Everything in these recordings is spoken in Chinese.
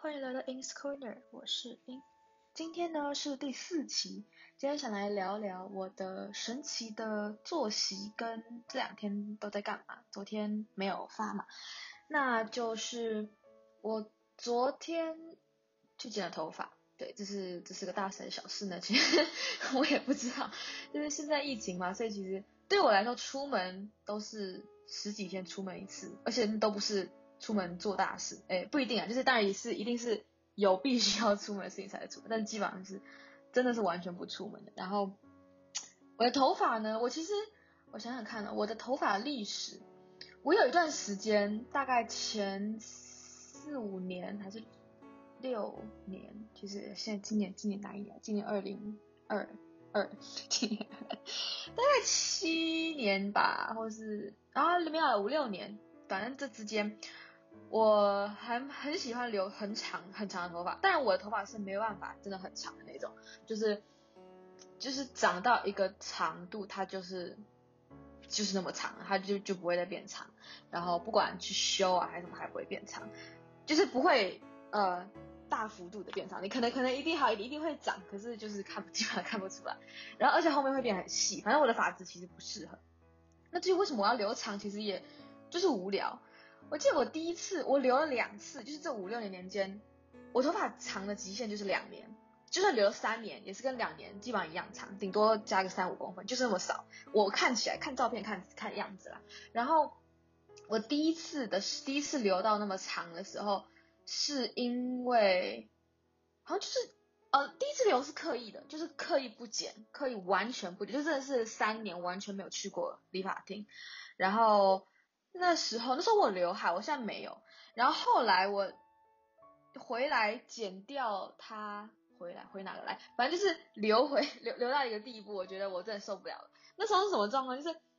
欢迎来到 In's Corner， 我是 In。今天呢是第4期，今天想来聊聊我的神奇的作息跟这2天都在干嘛。昨天没有发嘛，那就是我昨天去剪了头发。对，这是个大事还是小事呢？其实我也不知道，就是现在疫情嘛，所以其实对我来说出门都是10几天出门一次，而且都不是出门做大事，不一定啊，就是当然一定是有必须要出门的事情才会出门，但基本上是真的是完全不出门的。然后我的头发呢，我想想看呢，我的头发历史，我有一段时间大概前4、5年还是6年，其实现在今年哪一年？今年2022，今年大概7年吧，或是没有5、6年，反正这之间我还很喜欢留很长的头发。当然我的头发是没有办法真的很长的那种，就是长到一个长度，它就是那么长，它就不会再变长，然后不管去修啊还是什么，还不会变长，就是不会大幅度的变长，你可能一定会长，可是就是基本上看不出来。然后而且后面会变很细，反正我的发质其实不适合。那至于为什么我要留长，其实也就是无聊。我记得我第一次我留了2次，就是这5、6年间，我头发长的极限就是2年，就算留了3年，也是跟2年基本上一样长，顶多加个3、5公分，就是那么少。我看起来看照片看样子啦。然后我第一次留到那么长的时候，是因为好像就是第一次留是刻意的，就是刻意不剪，刻意完全不剪，就真的是3年完全没有去过理发厅。然后那时候我有刘海，我现在没有。然后后来我回来剪掉它，回哪个来？反正就是留到一个地步，我觉得我真的受不了了。那时候是什么状况？就是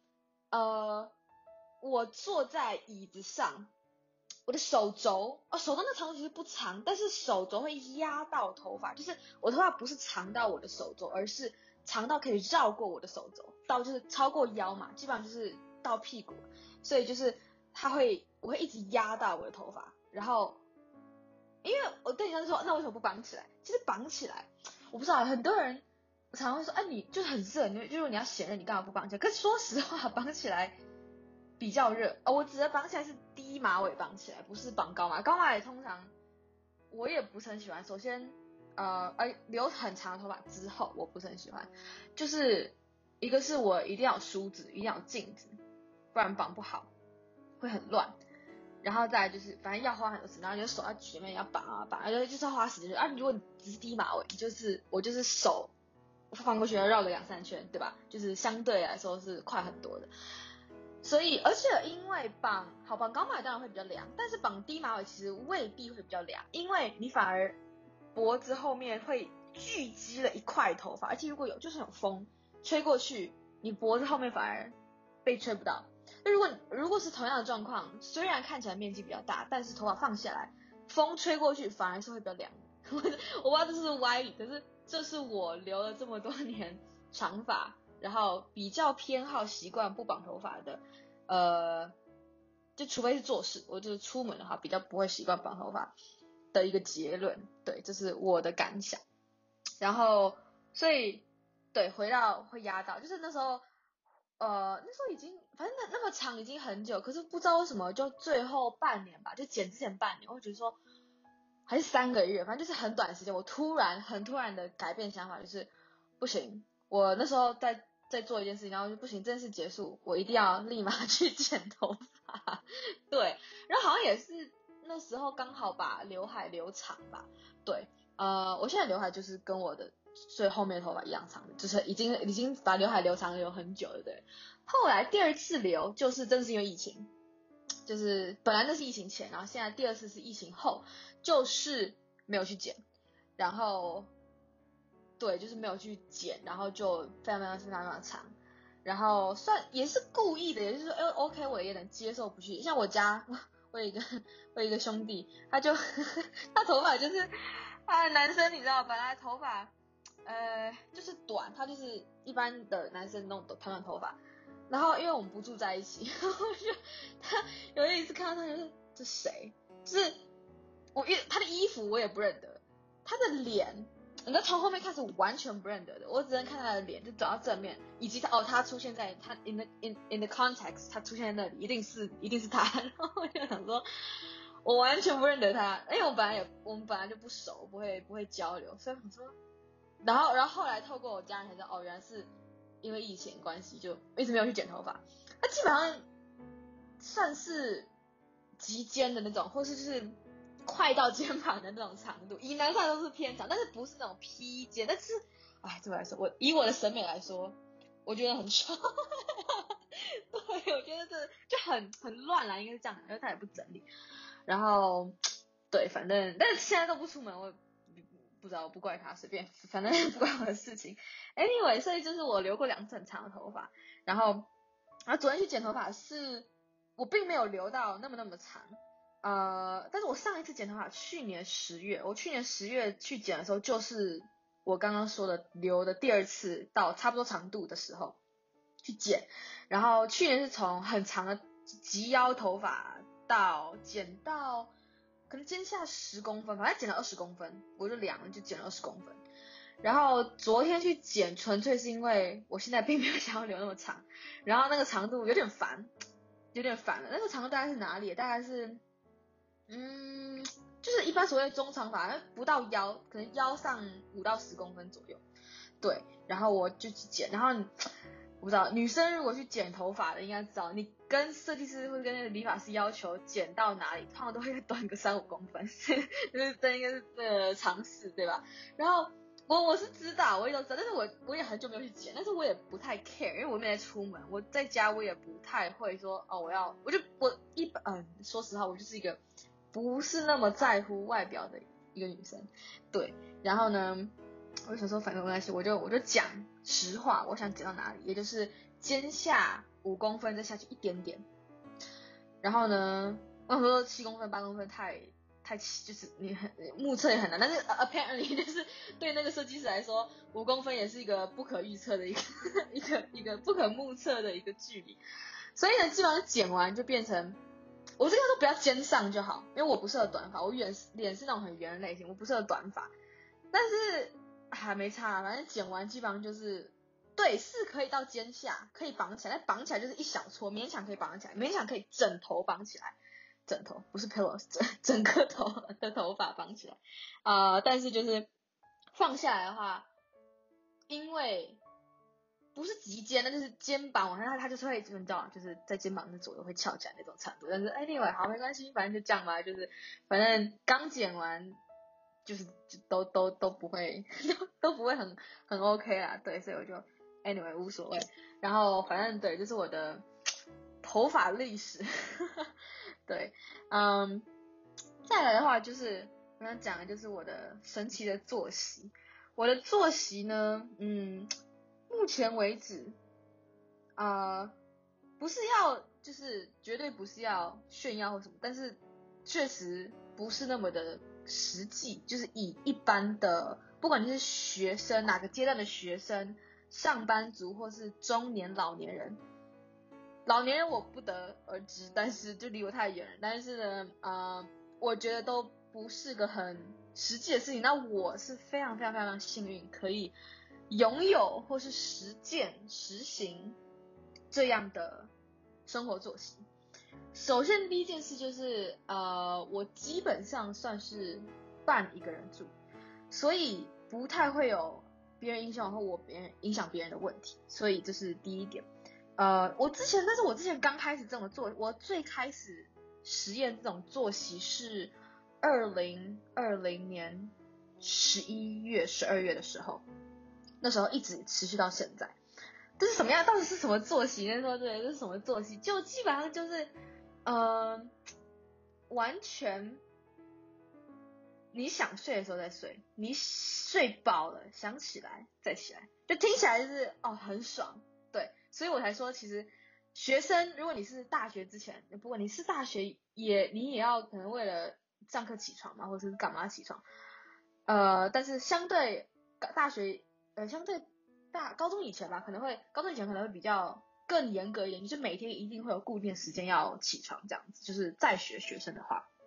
我坐在椅子上，我的手肘那个长度其实不长，但是手肘会压到头发，就是我头发不是长到我的手肘，而是长到可以绕过我的手肘，到就是超过腰嘛，基本上就是到屁股，所以就是我会一直压到我的头发。然后因为我对人家说，那为什么不绑起来？其实绑起来，我不知道，很多人常会说，你就是很热，就是你要显热，你干嘛不绑起来？可是说实话，绑起来比较热。我指的绑起来是低马尾绑起来，不是绑高马。高马尾通常我也不是很喜欢。首先，留很长的头发之后，我不是很喜欢。就是一个是我一定要有梳子，一定要有镜子，不然绑不好，会很乱。然后再来就是，反正要花很多时间，然后你的手要前面要绑，就是要花时间。如果你只是低马尾，我就是手放过去要绕个2、3圈，对吧？就是相对来说是快很多的。所以，而且因为绑高马尾当然会比较凉，但是绑低马尾其实未必会比较凉，因为你反而脖子后面会聚集了一块头发，而且如果就是有风吹过去，你脖子后面反而被吹不到。如果是同样的状况，虽然看起来面积比较大，但是头发放下来，风吹过去反而是会比较凉的。我不知道这是歪理，可是这是我留了这么多年长发，然后比较偏好习惯不绑头发的，就除非是做事，我就是出门的话比较不会习惯绑头发的一个结论。对，这是我的感想。然后所以对，回到会压到，就是那时候已经反正那么长已经很久，可是不知道为什么就最后半年吧，就剪之前半年，我会觉得说还是3个月，反正就是很短的时间，我很突然的改变想法，就是不行，我那时候在做一件事情，然后就不行，这件事结束，我一定要立马去剪头发。对，然后好像也是那时候刚好把刘海留长吧。对，我现在刘海就是跟我的最后面的头发一样长的，就是已经把刘海留长留很久了。对，后来第2次留就是真的是因为疫情，就是本来那是疫情前，然后现在第2次是疫情后，就是没有去剪，然后对，就是没有去剪，然后就非常长，然后算也是故意的，也就是说OK 我也能接受不去。像我家我有一个兄弟，他头发就是男生你知道，本来头发就是短，他就是一般的男生那种短头发，然后因为我们不住在一起，他有一次看到他就是这谁，就是他的衣服我也不认得，他的脸，你在从后面看是完全不认得的，我只能看他的脸，就走到正面，以及他出现在他 in the context， 他出现在那里，一定是他，然后我就想说，我完全不认得他，因为我们本来就不熟，不会交流，所以我说，然后后来透过我家人才知道，原来是因为疫情关系，就一直没有去剪头发，他基本上算是及肩的那种，或是就是快到肩膀的那种长度，以男生都是偏长，但是不是那种披肩，但是，对我来说，以我的审美来说，我觉得很丑，对，我觉得这就很乱啦，应该是这样，因为他也不整理，然后，对，反正，但是现在都不出门，我不知道，我不怪他，随便，反正不关我的事情。Anyway， 所以就是我留过2次很长的头发，然后昨天去剪头发我并没有留到那么长，但是我上一次剪头发去年10月，我去年10月去剪的时候，就是我刚刚说的留的第2次到差不多长度的时候去剪，然后去年是从很长的及腰头发到剪到可能肩下10公分，反正剪了20公分，我就量了就剪了20公分。然后昨天去剪，纯粹是因为我现在并没有想要留那么长，然后那个长度有点烦了。那个长度大概是哪里？大概是，就是一般所谓的中长发，不到腰，可能腰上5到10公分左右。对，然后我就去剪，然后我不知道，女生如果去剪头发的应该知道，你跟设计师或者跟那个理发师要求剪到哪里，通常都会短个3-5公分，就是这应该是常识对吧？然后我是知道，我也都知道，但是我也很久没有去剪，但是我也不太 care，因为我没在出门，我在家我也不太会说说实话，我就是一个不是那么在乎外表的一个女生，对，然后呢，我就想说反正没关系，我就讲实话，我想剪到哪里，也就是肩下5公分再下去一点点，然后呢，我想说7公分8公分太就是你目测也很难，但是apparently 就是对那个设计师来说，5公分也是一个不可预测的一个不可目测的一个距离，所以呢，基本上剪完就变成，我这个都不要肩上就好，因为我不适合短发，我脸是那种很圆的类型，我不适合短发，但是还没差，反正剪完基本上就是。对，是可以到肩下，可以绑起来，但绑起来就是一小撮，勉强可以绑起来，勉强可以整头绑起来，整头不是 pillow， 整个头的头发绑起来，但是就是放下来的话，因为不是及肩，那就是肩膀往上，它就是会，你知道，就是在肩膀的左右会翘起来那种长度，但是anyway，好没关系，反正就这样吧，就是反正刚剪完，就是都不会都不会很 OK 啦，对，所以我就。anyway 无所谓，然后反正对，就是我的头发历史，对，再来的话就是我想讲的就是我的神奇的作息，我的作息呢，目前为止，不是要就是绝对不是要炫耀或什么，但是确实不是那么的实际，就是以一般的，不管你是学生哪个阶段的学生。上班族或是中年老年人，老年人我不得而知，但是就离我太远了。但是呢，我觉得都不是个很实际的事情。那我是非常非常非常幸运，可以拥有或是实行这样的生活作息。首先第一件事就是，我基本上算是半一个人住，所以不太会有。别人影响或我影响别人的问题，所以这是第一点。但是我之前刚开始这么做，我最开始实验这种作息是2020年11月、12月的时候，那时候一直持续到现在。这是什么样？到底是什么作息？那说对，这是什么作息？就基本上就是，完全。你想睡的时候再睡，你睡饱了想起来再起来，就听起来就是很爽，对，所以我才说其实学生如果你是大学之前，不过你是大学你也要可能为了上课起床嘛，或者是干嘛起床，但是相对大学相对高中以前吧，高中以前可能会比较更严格一点，就是每天一定会有固定时间要起床这样子，就是在学生的话。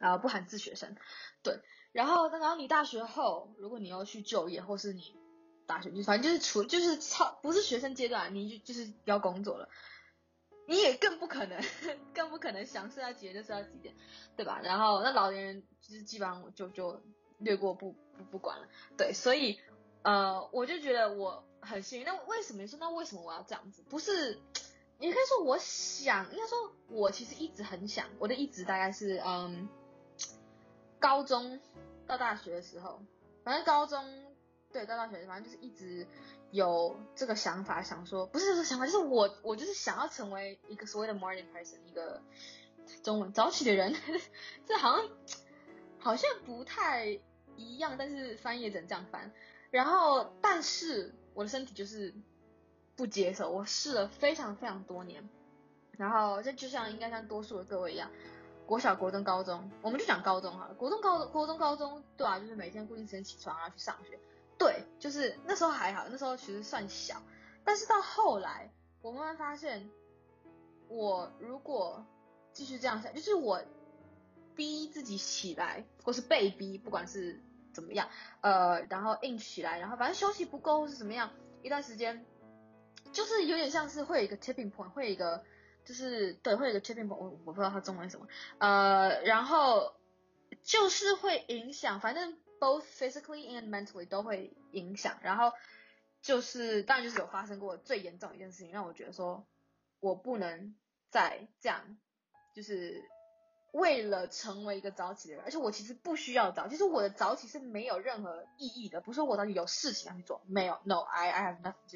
不含自学生，对。然后你大学后，如果你要去就业，或是你大学就反正就是不是学生阶段，你就是要工作了，你也更不可能想睡到几点就睡到几点，对吧？然后那老年人就是基本上就略过不管了，对。所以我就觉得我很幸运。那为什么我要这样子？不是，你可以说应该说我其实一直很想，我的一直大概是高中到大学的时候，反正高中对到大学，反正就是一直有这个想法，想说不是这个想法，就是我就是想要成为一个所谓的 morning person， 一个中文早起的人，这好像不太一样，但是翻译只能这样翻。然后但是我的身体就是不接受，我试了非常非常多年，然后这就应该像多数的各位一样。国小、国中、高中，我们就讲高中好了。国中、高中，对啊，就是每天固定时间起床啊，去上学。对，就是那时候还好，那时候其实算小。但是到后来，我慢慢发现，我如果继续这样下，就是我逼自己起来，或是被逼，不管是怎么样，然后硬起来，然后反正休息不够或是怎么样，一段时间，就是有点像是会有一个 tipping point，会有一个。就是对，会有一个 tipping point，我不知道它中文是什么，然后就是会影响，反正 both physically and mentally 都会影响，然后就是当然就是有发生过最严重的一件事情，让我觉得说我不能再这样，就是为了成为一个早起的人，而且我其实不需要早，其实我的早起是没有任何意义的，不是我早起有事情要去做，没有 ，no，I have nothing to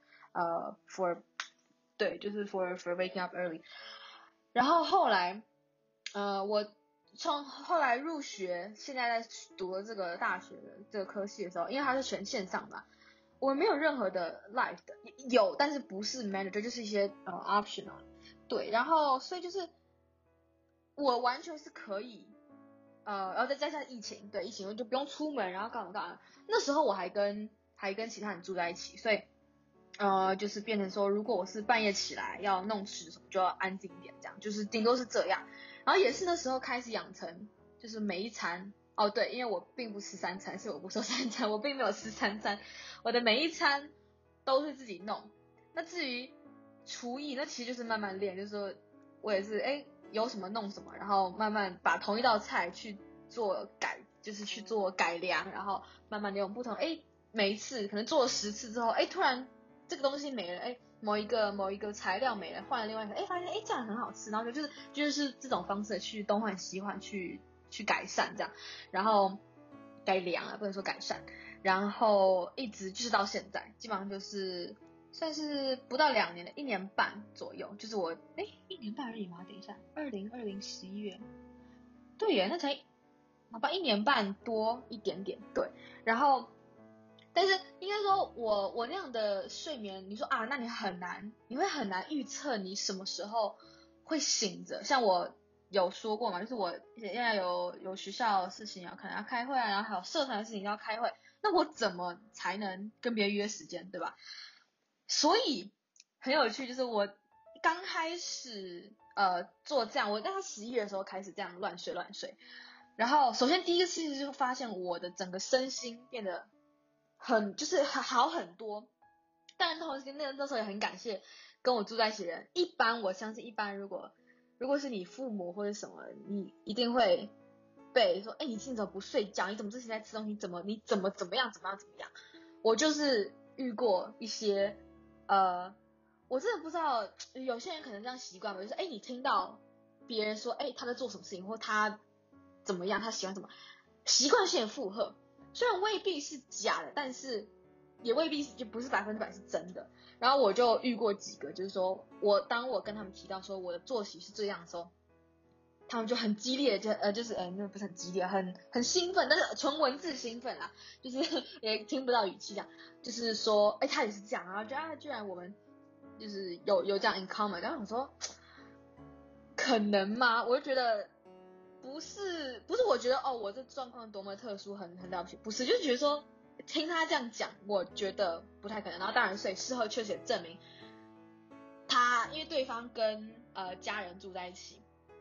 do，for 对，就是 for waking up early。然后后来，我从后来入学，现在在读了这个大学的这个科系的时候，因为它是全线上嘛，我没有任何的 life 的，有，但是不是 manager，就是一些optional。对，然后所以就是我完全是可以，然后再加上疫情，对，疫情我就不用出门，然后干嘛。那时候我还跟其他人住在一起，所以。就是变成说，如果我是半夜起来要弄吃什么，就要安静一点，这样就是顶多是这样。然后也是那时候开始养成，就是每一餐对，因为我并不吃三餐，所以我不说三餐，我并没有吃三餐，我的每一餐都是自己弄。那至于厨艺，那其实就是慢慢练，就是说我也是有什么弄什么，然后慢慢把同一道菜去做就是去做改良，然后慢慢的用不同每一次可能做了10次之后，突然。这个东西没了，某一个材料没了，换了另外一个，发现这样很好吃，然后就是这种方式去东换西换，去改善这样，然后改良啊，不能说改善，然后一直就是到现在，基本上就是算是不到2年的1年半左右，就是我1年半而已嘛，等一下，202011月，对耶，那才好吧，1年半多一点点，对，然后。但是应该说我那样的睡眠，你说那你会很难预测你什么时候会醒着。像我有说过嘛，就是我现在有学校的事情可能要开会啊，然后还有社团的事情要开会，那我怎么才能跟别人约时间，对吧？所以很有趣，就是我刚开始做这样，我大概11月的时候开始这样乱睡，然后首先第一个事情就是发现我的整个身心变得。就是好很多，但同时那时候也很感谢跟我住在一起的人。我相信一般如果是你父母或者什么，你一定会被说，你今天怎么不睡觉？你怎么之前在吃东西？你怎么样？我就是遇过一些我真的不知道，有些人可能这样习惯吧，就是你听到别人说他在做什么事情，或他怎么样，他喜欢什么，习惯性的附和。虽然未必是假的，但是也未必就不是100%是真的。然后我就遇过几个，就是说当我跟他们提到说我的作息是这样的时候，他们就很激烈，就是那不是很激烈，很兴奋，但是纯文字兴奋啦，就是也听不到语气这样，就是说他也是这样，然后就居然我们就是有这样 in common，然后我说可能吗？我就觉得。不是我觉得我这状况多么特殊，很了不起，不是，就是觉得说听他这样讲，我觉得不太可能。然后当然，所以事后确实也证明他，因为对方跟家人住在一起，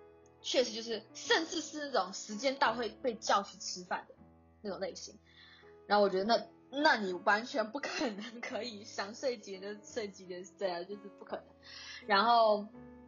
确实就是甚至是那种时间到会被叫去吃饭的那种类型。然后我觉得那你完全不可能可以想睡几点就睡几点，对啊，就是不可能。然后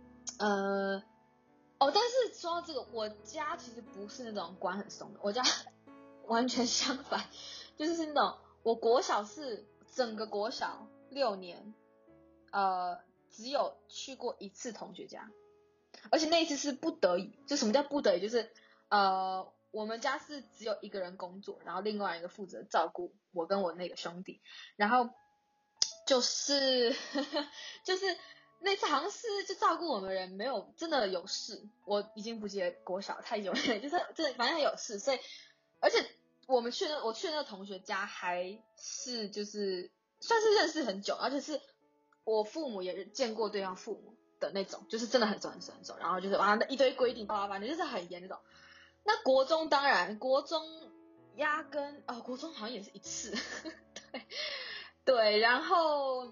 但是说到这个，我家其实不是那种管很松的，我家完全相反，就是那种我国小是整个国小6年，只有去过一次同学家，而且那一次是不得已。就什么叫不得已？就是我们家是只有一个人工作，然后另外一个负责照顾我跟我那个兄弟，然后就是就是那次好像是就照顾我们的人没有真的有事，我已经不记得国小太久了，就是真的反正有事，所以而且我去的那个同学家还是就是算是认识很久，而且是我父母也见过对方父母的那种，就是真的很熟很熟很熟，然后就是那一堆规定，反正就是很严那种。那国中当然，国中压根国中好像也是一次，对，然后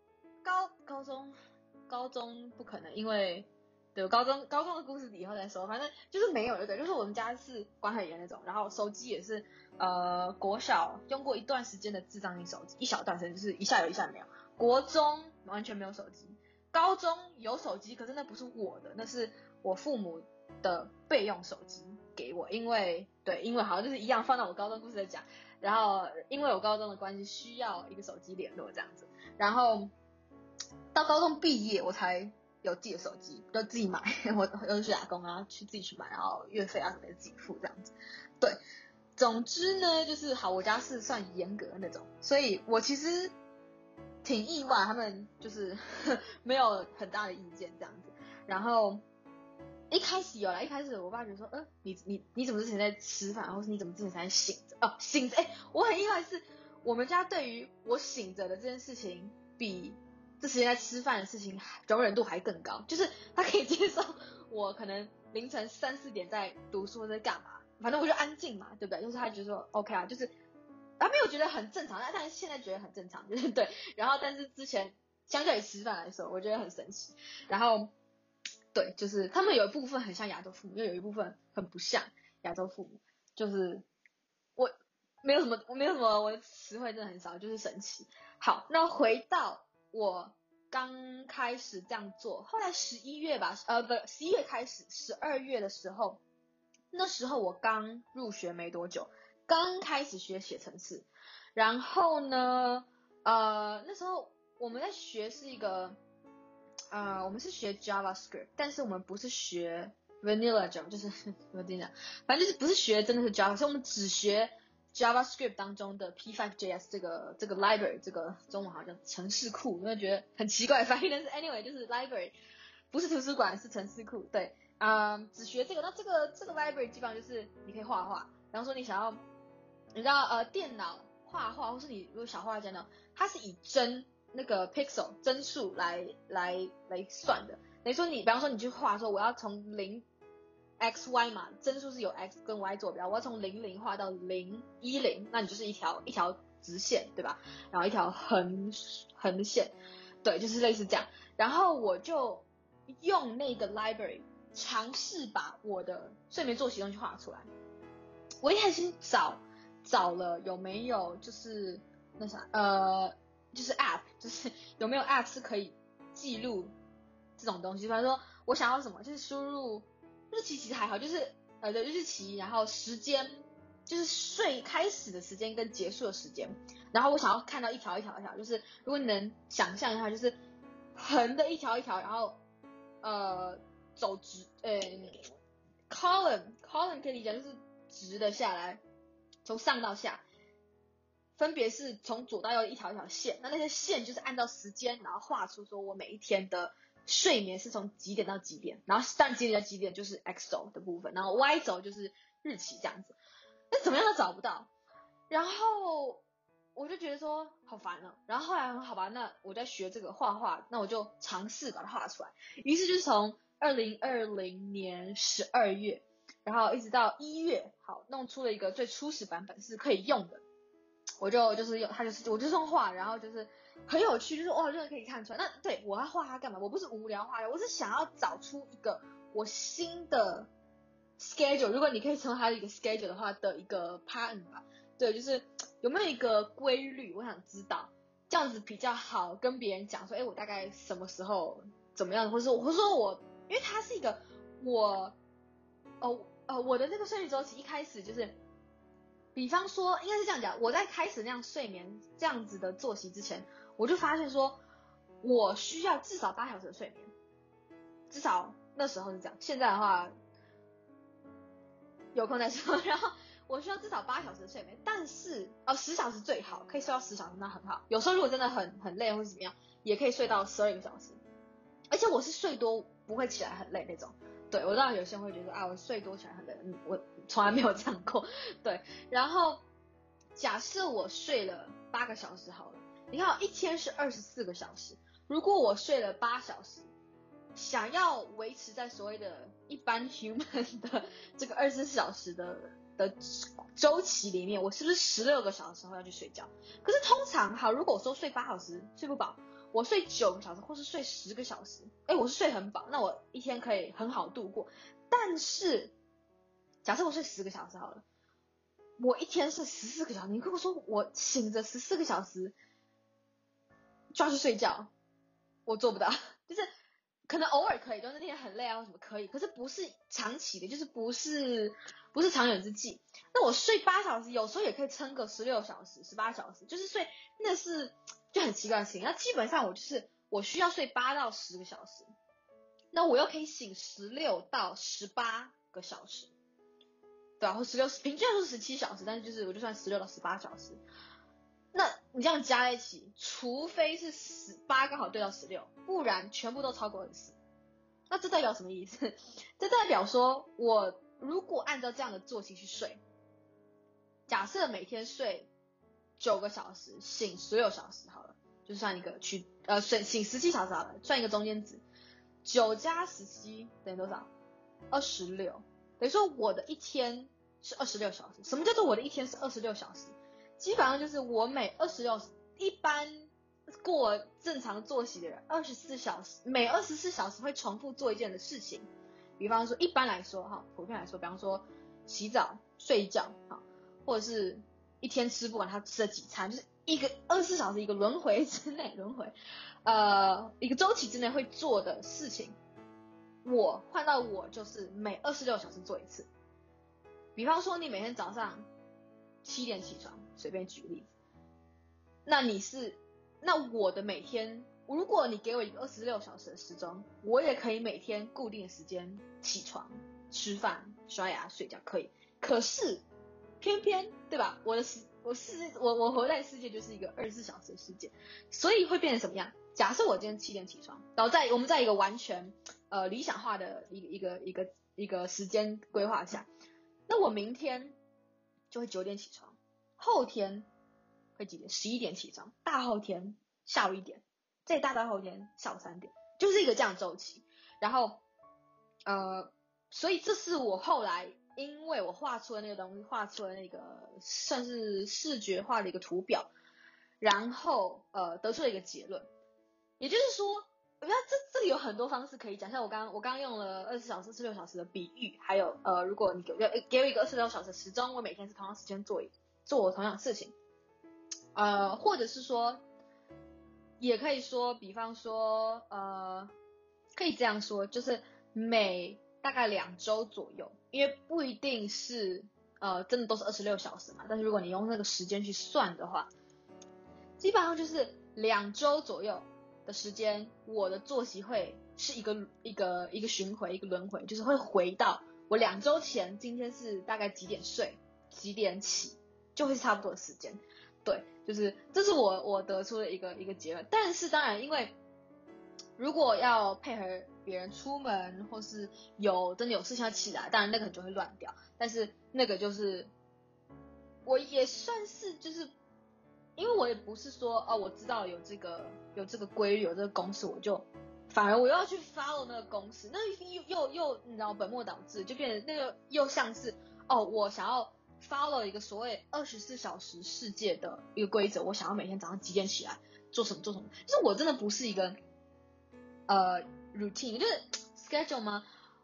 高中不可能，因为对高中的故事以后再说，反正就是没有对，就是我们家是管很严那种，然后手机也是国小用过一段时间的智障型手机，一小段时间就是一下有一下没有，国中完全没有手机，高中有手机，可是那不是我的，那是我父母的备用手机给我，因为好像就是一样放到我高中故事在讲，然后因为我高中的关系需要一个手机联络这样子，然后到高中毕业我才有自己的手机，就自己买，我就去打工啊，去自己去买，然后月费啊什么的自己付这样子。对，总之呢，就是好，我家是算严格的那种，所以我其实挺意外，他们就是没有很大的意见这样子。然后一开始我爸觉得说，你怎么之前在吃饭，或是你怎么之前才醒着？醒着，我很意外是，我们家对于我醒着的这件事情，比这时间在吃饭的事情容忍度还更高，就是他可以接受我可能凌晨3、4点在读书或者在干嘛，反正我就安静嘛，对不对？就是他觉得说 OK 啊，就是他没有觉得很正常，但是现在觉得很正常，就是对。然后但是之前相较于吃饭来说，我觉得很神奇。然后对，就是他们有一部分很像亚洲父母，又有一部分很不像亚洲父母，就是我没有什么，我的词汇真的很少，就是神奇。好，那回到我刚开始这样做，后来11月吧，不，11月开始，12月的时候，那时候我刚入学没多久，刚开始学写程式，然后呢，那时候我们在学是一个。我们是学 JavaScript， 但是我们不是学 Vanilla Java， 就是Vanilla， 反正就是不是学真的是 Java， 所以我们只学 JavaScript 当中的 P5.js 这个 library， 这个中文好像程式库，因为觉得很奇怪翻译，但是 anyway 就是 library， 不是图书馆是程式库，对，只学这个，那这个 library 基本上就是你可以画画，然后说你想要，你知道电脑画画，或是你如果小画家呢，它是以那个 pixel 帧数来算的，等于说比方说你去画说我要从0 x y 嘛，帧数是有 x 跟 y 坐标，我要从00画到010，那你就是一条直线，对吧？然后一条横线，对，就是类似这样。然后我就用那个 library 尝试把我的睡眠作息东西画出来。我一开始找了有没有就是那啥就是 app， 就是有没有 app 是可以记录这种东西。比方说我想要什么，就是输入日期其实还好，就是对日期，然后时间就是睡开始的时间跟结束的时间，然后我想要看到一条一条，就是如果你能想象一下，就是横的一条一条，然后走直column 可以理解就是直的下来，从上到下。分别是从左到右一条一条线，那些线就是按照时间，然后画出说我每一天的睡眠是从几点到几点，然后但几点到几点就是 X 轴的部分，然后 Y 轴就是日期这样子。那怎么样都找不到，然后我就觉得说好烦了，然后后来好吧，那我在学这个画画，那我就尝试把它画出来。于是就是从2020年12月，然后一直到1月，好弄出了一个最初始版本是可以用的。我就是用它，我就是用画，然后就是很有趣，就是哇，真的可以看出来。那对我要画它干嘛？我不是无聊画的，我是想要找出一个我新的 schedule， 如果你可以称为它的一个 schedule 的话的一个 pattern 吧。对，就是有没有一个规律，我想知道，这样子比较好跟别人讲说，我大概什么时候怎么样，或者说我，因为它是一个我的那个睡眠周期一开始就是，比方说应该是这样讲，我在开始那样睡眠这样子的作息之前，我就发现说我需要至少8小时的睡眠，至少那时候是这样，现在的话有空再说。然后我需要至少8小时的睡眠，但是10小时最好，可以睡到10小时那很好。有时候如果真的很累或者怎么样，也可以睡到12个小时。而且我是睡多不会起来很累那种。对，我知道有些人会觉得我睡多起来很累，我从来没有这样过。对，然后假设我睡了8个小时好了，你看一天是24个小时，如果我睡了8小时，想要维持在所谓的一般 human 的这个24小时的周期里面，我是不是16个小时后要去睡觉？可是通常好，如果我说睡8小时睡不饱，我睡9个小时或是睡10个小时，我是睡很饱，那我一天可以很好度过。但是假设我睡10个小时好了，我一天睡14个小时，你如果说我醒着14个小时就要去睡觉，我做不到。就是可能偶尔可以，就那天很累或什么可以，可是不是长期的，就是不是长远之计。那我睡8小时，有时候也可以撑个16小时、18小时，就是睡那是就很奇怪的事情。那基本上我需要睡8到10个小时，那我又可以醒16到18个小时，对啊，或16，平均来说是17小时，但是就是我就算16到18小时。那你这样加在一起，除非是18刚好对到16，不然全部都超过24。那这代表什么意思？这代表说我如果按照这样的作息去睡，假设每天睡9个小时，醒16小时好了，就算一个醒17小时好了，算一个中间值，9加17等于多少？26，等于说我的一天是26小时。什么叫做我的一天是26小时？基本上就是我每26，一般过正常作息的人24小时，每24小时会重复做一件的事情。比方说一般来说普遍来说，比方说洗澡、睡觉或者是一天吃不管他吃了几餐，就是一个24小时一个轮回之内，一个周期之内会做的事情，我换到我就是每26小时做一次。比方说你每天早上7点起床，随便举个例子，那我的每天，如果你给我一个26小时的时钟，我也可以每天固定的时间起床、吃饭、刷牙、睡觉，可以。可是偏偏对吧？我活在世界就是一个24小时的世界，所以会变成什么样？假设我今天7点起床，然后我们在一个完全理想化的一个时间规划下，那我明天就会9点起床，后天会几点？11点起床，大后天下午1点，再大后天下午3点，就是一个这样的周期。然后所以这是我后来因为我画出了那个东西，画出了那个算是视觉化的一个图表，然后得出了一个结论。也就是说，我觉得这里有很多方式可以讲，像我刚用了24小时、16小时的比喻，还有如果你给我一个26小时的时钟，我每天是同样时间做同样的事情，或者是说，也可以说，比方说可以这样说，就是每大概2周左右，因为不一定是真的都是26小时嘛，但是如果你用那个时间去算的话，基本上就是2周左右的时间，我的作息会是一个循环，一个轮回，就是会回到我2周前今天是大概几点睡，几点起，就会是差不多的时间。对，就是这是我得出的一个结论。但是当然，因为如果要配合别人出门，或是真的有事情要起来，当然那个就会乱掉。但是那个就是我也算是就是因为我也不是说我知道有这个规律，有这个公式，我就反而我又要去 follow 那个公式，那又你知道本末倒置，就变成那个又像是我想要 follow 一个所谓24小时世界的一个规则，我想要每天早上几点起来做什么，就是我真的不是一个routine，就是 schedule 吗？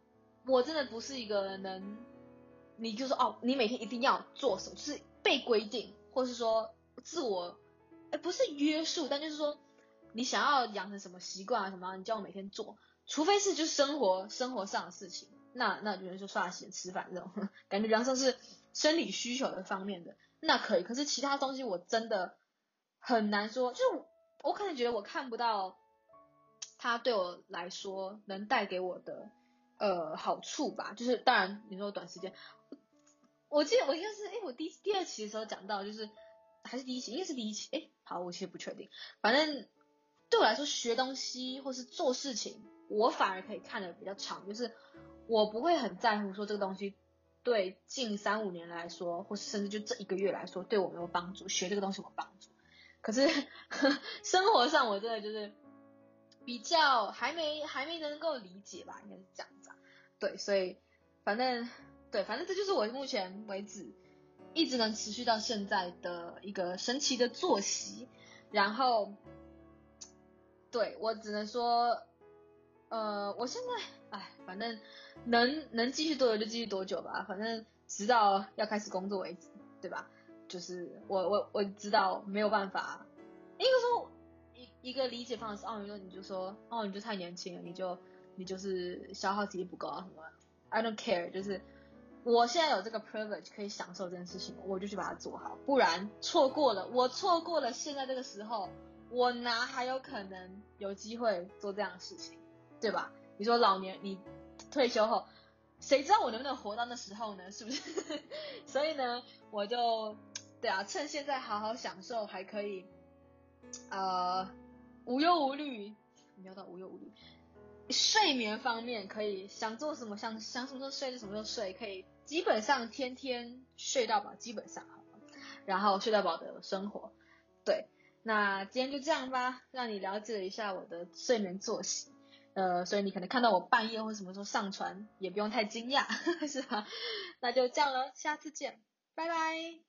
我真的不是一个你就说哦，你每天一定要做什么，就是被规定，或是说自我，不是约束，但就是说你想要养成什么习惯啊什么，你叫我每天做，除非是就是生活上的事情，那就是说刷牙洗脸吃饭这种，感觉比较像是生理需求的方面的，那可以。可是其他东西我真的很难说，就是我可能觉得我看不到它对我来说能带给我的好处吧，就是当然你说短时间，我记得我应该是我第二期的时候讲到，就是还是第一期，应该是第一期，好，我其实不确定，反正对我来说学东西或是做事情，我反而可以看得比较长，就是我不会很在乎说这个东西对近3-5年来说，或是甚至就这1个月来说对我没有帮助，学这个东西有没有帮助。可是生活上我真的就是比较还没能够理解吧，应该是这样子啊。对，所以反正这就是我目前为止一直能持续到现在的一个神奇的作息。然后对我只能说我现在反正能继续多久就继续多久吧，反正直到要开始工作为止，对吧？就是我知道没有办法，应该说一个理解方式，你就说你就太年轻了，你就是消耗体力不够啊什么 ，I don't care， 就是我现在有这个 privilege 可以享受这件事情，我就去把它做好，不然我错过了现在这个时候，我哪还有可能有机会做这样的事情，对吧？你说老年你退休后，谁知道我能不能活到那时候呢？是不是？所以呢，我就对啊，趁现在好好享受，还可以无忧无虑，没有到无忧无虑，睡眠方面可以想做什么想什么时候睡就什么时候睡，可以基本上天天睡到饱，基本上好了，然后睡到饱的生活。对，那今天就这样吧，让你了解一下我的睡眠作息。所以你可能看到我半夜或什么时候上传，也不用太惊讶，是吧？那就这样了，下次见，拜拜。